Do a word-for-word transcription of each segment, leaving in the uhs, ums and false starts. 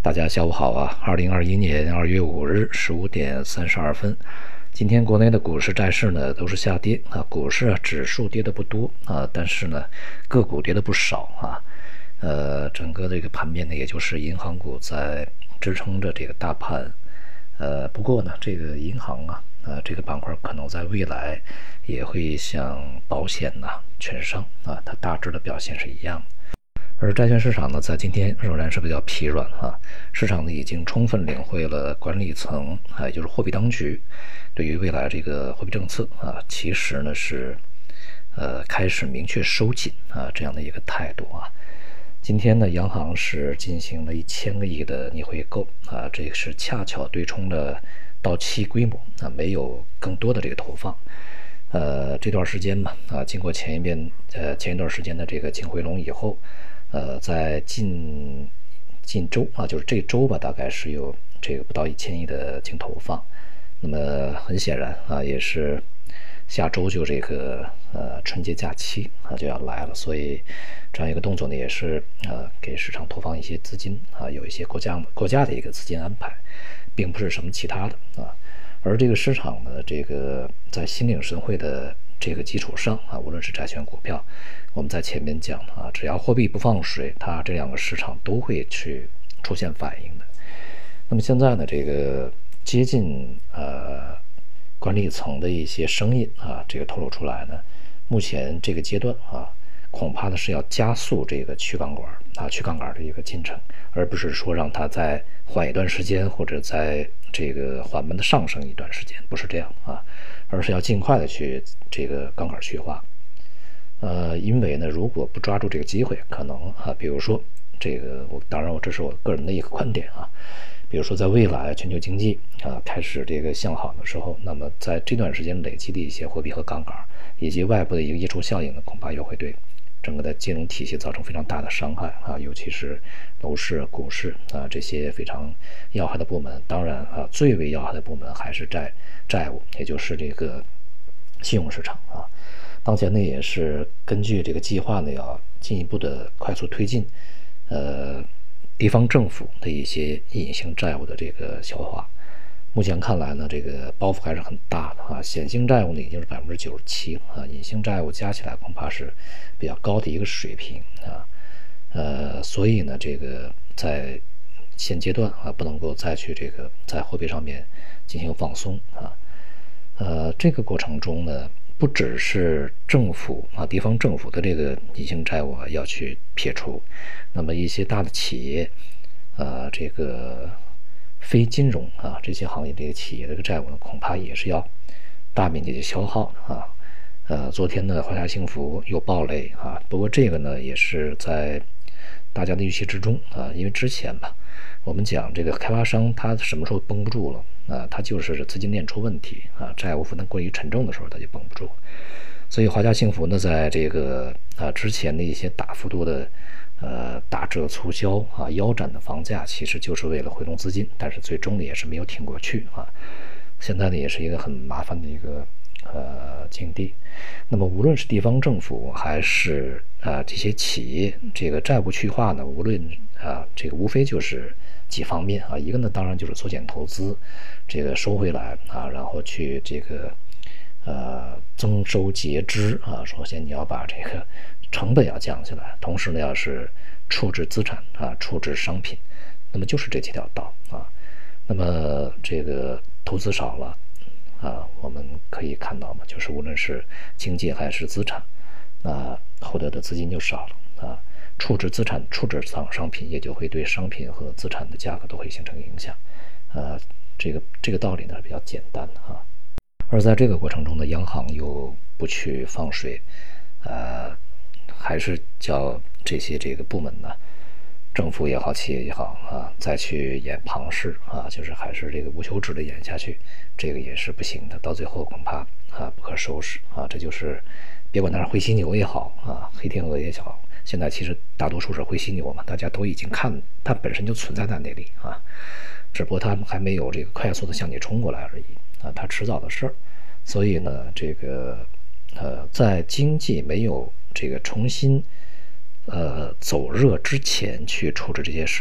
大家下午好啊！二零二一年二月五日十五点三十二分，今天国内的股市债市呢都是下跌啊，股市啊指数跌的不多啊，但是呢个股跌的不少啊。呃，整个这个盘面呢，也就是银行股在支撑着这个大盘。呃，不过呢，这个银行啊，呃，这个板块可能在未来也会像保险呐、券商啊，它大致的表现是一样的。而债券市场呢，在今天仍然是比较疲软啊。市场呢已经充分领会了管理层啊，也就是货币当局对于未来这个货币政策啊，其实呢是呃开始明确收紧啊这样的一个态度啊。今天呢，央行是进行了一千个亿的逆回购啊，这个是恰巧对冲了到期规模啊，没有更多的这个投放。呃，这段时间嘛啊，经过前一遍呃前一段时间的这个净回笼以后。呃，在近近周啊，就是这周吧，大概是有这个不到一千亿的净投放。那么很显然啊，也是下周就这个呃春节假期啊就要来了，所以这样一个动作呢，也是呃给市场投放一些资金啊，有一些国家国家的一个资金安排，并不是什么其他的啊。而这个市场呢，这个在心领神会的这个基础上啊，无论是债券、股票，我们在前面讲啊，只要货币不放水，它这两个市场都会去出现反应的。那么现在呢，这个接近呃管理层的一些声音啊，这个透露出来呢，目前这个阶段啊，恐怕呢是要加速这个去杠杆啊，去杠杆的一个进程，而不是说让它再缓一段时间，或者在这个缓慢的上升一段时间，不是这样啊，而是要尽快的去这个杠杆去化。呃，因为呢，如果不抓住这个机会，可能啊，比如说这个，我当然我这是我个人的一个观点啊，比如说在未来全球经济啊开始这个向好的时候，那么在这段时间累积的一些货币和杠杆，以及外部的一个溢出效应呢，恐怕又会对整个的金融体系造成非常大的伤害啊，尤其是楼市、股市啊这些非常要害的部门。当然啊，最为要害的部门还是债债务，也就是这个信用市场啊。当前呢，也是根据这个计划呢，要进一步的快速推进，呃，地方政府的一些隐形债务的这个消化。目前看来呢，这个包袱还是很大的啊，显性债务呢已经是百分之九十七了啊，隐性债务加起来恐怕是比较高的一个水平啊，呃，所以呢，这个在现阶段啊，不能够再去这个在货币上面进行放松啊，呃，这个过程中呢。不只是政府啊，地方政府的这个隐性债务啊要去撇除，那么一些大的企业，呃，这个非金融啊这些行业这个企业这个债务呢，恐怕也是要大面积的消耗啊。呃，昨天呢，华夏幸福又暴雷啊，不过这个呢也是在大家的预期之中啊，因为之前吧，我们讲这个开发商他什么时候绷不住了？啊，它就是资金链出问题啊，债务负担过于沉重的时候，它就绷不住。所以华夏幸福呢，在这个啊之前的一些大幅度的呃打折促销啊、腰斩的房价，其实就是为了回笼资金，但是最终呢也是没有挺过去啊。现在呢也是一个很麻烦的一个呃境地。那么无论是地方政府还是啊这些企业，这个债务去化呢，无论啊这个无非就是几方面啊，一个呢当然就是缩减投资，这个收回来啊，然后去这个呃增收节支啊，首先你要把这个成本要降下来，同时呢要是处置资产啊，处置商品，那么就是这几条道啊。那么这个投资少了啊，我们可以看到嘛，就是无论是经济还是资产，那获得的资金就少了啊。处置资产、处置商商品，也就会对商品和资产的价格都会形成影响。呃，这个这个道理呢是比较简单的啊。而在这个过程中呢，央行又不去放水，呃，还是叫这些这个部门呢，政府也好，企业也好啊，再去演庞氏啊，就是还是这个无休止的演下去，这个也是不行的。到最后恐怕啊不可收拾啊。这就是别管它是灰犀牛也好啊，黑天鹅也好。现在其实大多数是灰犀牛嘛，大家都已经看它本身就存在在那里啊，只不过它还没有这个快速的向你冲过来而已啊，它迟早的事儿。所以呢，这个呃，在经济没有这个重新呃走热之前去处置这些事情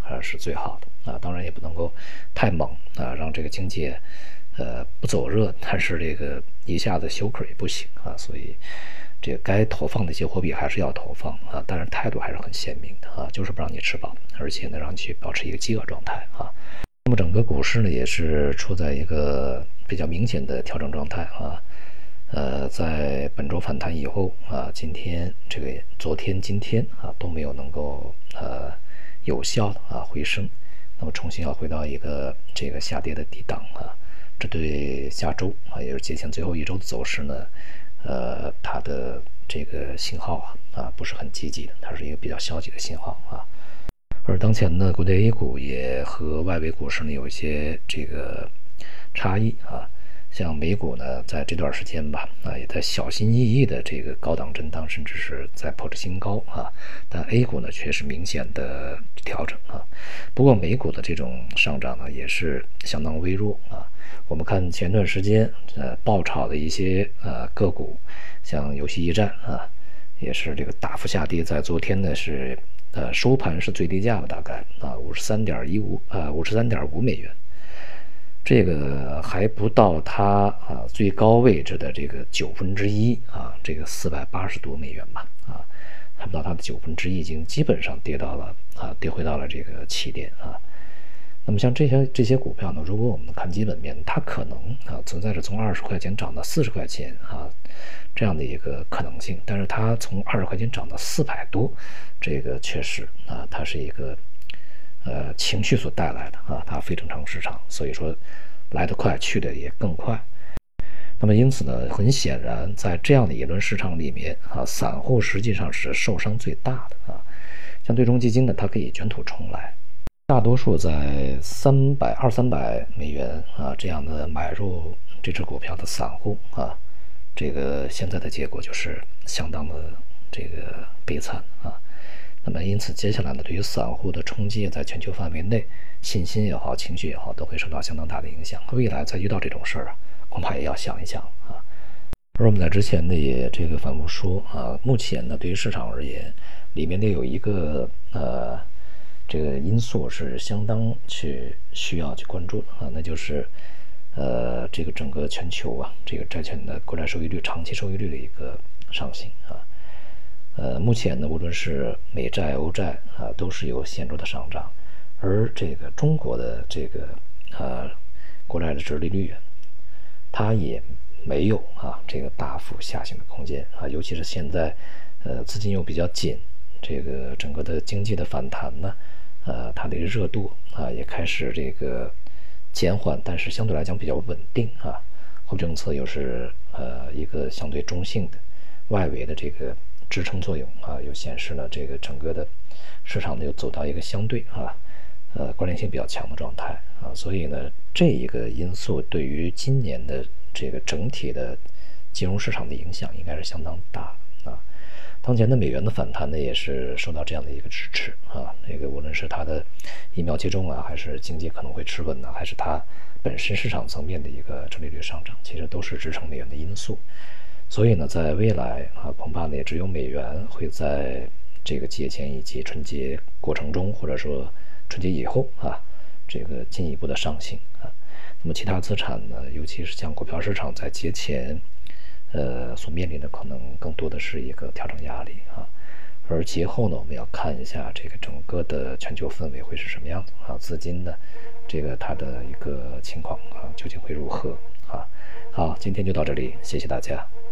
啊是最好的啊，当然也不能够太猛啊，让这个经济呃不走热，但是这个一下子休克也不行啊，所以这个该投放的一些货币还是要投放啊，但是态度还是很鲜明的啊，就是不让你吃饱，而且呢让你去保持一个饥饿状态啊。那么整个股市呢也是处在一个比较明显的调整状态啊。呃，在本周反弹以后啊，今天这个昨天、今天啊都没有能够呃有效的啊回升，那么重新要回到一个这个下跌的低档啊，这对下周啊，也就是节前最后一周的走势呢，呃，它的这个信号啊啊不是很积极的，它是一个比较消极的信号啊。而当前呢，国内 A 股也和外围股市呢有一些这个差异啊。像美股呢，在这段时间吧，啊，也在小心翼翼的这个高档震荡，甚至是在破着新高啊。但 A 股呢，却是明显的调整啊。不过美股的这种上涨呢，也是相当微弱啊。我们看前段时间呃爆炒的一些呃个股，像游戏驿站啊，也是这个大幅下跌，在昨天呢是呃收盘是最低价吧，大概啊五十三点一五呃五十三点五美元。这个还不到它啊最高位置的这个九分之一啊，这个四百八十多美元吧啊，还不到它的九分之一，已经基本上跌到了啊，跌回到了这个起点啊。那么像这些这些股票呢，如果我们看基本面，它可能啊存在着从二十块钱涨到四十块钱啊这样的一个可能性，但是它从二十块钱涨到四百多，这个确实啊，它是一个。呃，情绪所带来的啊，它非正常市场，所以说来得快，去的也更快。那么因此呢，很显然，在这样的一轮市场里面啊，散户实际上是受伤最大的啊。像对冲基金呢，它可以卷土重来，大多数在三百二三百美元啊这样的买入这只股票的散户啊，这个现在的结果就是相当的这个悲惨啊。那么，因此，接下来呢，对于散户的冲击，在全球范围内，信心也好，情绪也好，都会受到相当大的影响。未来再遇到这种事儿啊，恐怕也要想一想啊。而我们在之前呢，也这个反复说啊，目前呢，对于市场而言，里面呢有一个呃，这个因素是相当去需要去关注啊，那就是呃，这个整个全球啊，这个债券的国债收益率、长期收益率的一个上行啊。呃，目前呢，无论是美债、欧债啊，都是有显著的上涨，而这个中国的这个呃国债的殖利率，它也没有啊这个大幅下行的空间啊，尤其是现在呃资金又比较紧，这个整个的经济的反弹呢，呃，它的热度啊也开始这个减缓，但是相对来讲比较稳定啊，货币政策又是呃一个相对中性的，外围的这个。支撑作用啊，又显示了这个整个的市场呢又走到一个相对啊，呃关联性比较强的状态啊，所以呢，这一个因素对于今年的这个整体的金融市场的影响应该是相当大啊。当前的美元的反弹呢，也是受到这样的一个支持啊，那个无论是它的疫苗接种啊，还是经济可能会持稳呢，还是它本身市场层面的一个殖利率上涨，其实都是支撑美元的因素。所以呢，在未来啊，恐怕呢也只有美元会在这个节前以及春节过程中，或者说春节以后啊，这个进一步的上行啊。那么其他资产呢，尤其是像股票市场，在节前，呃，所面临的可能更多的是一个调整压力啊。而节后呢，我们要看一下这个整个的全球氛围会是什么样子啊，资金的这个它的一个情况啊，究竟会如何啊？好，今天就到这里，谢谢大家。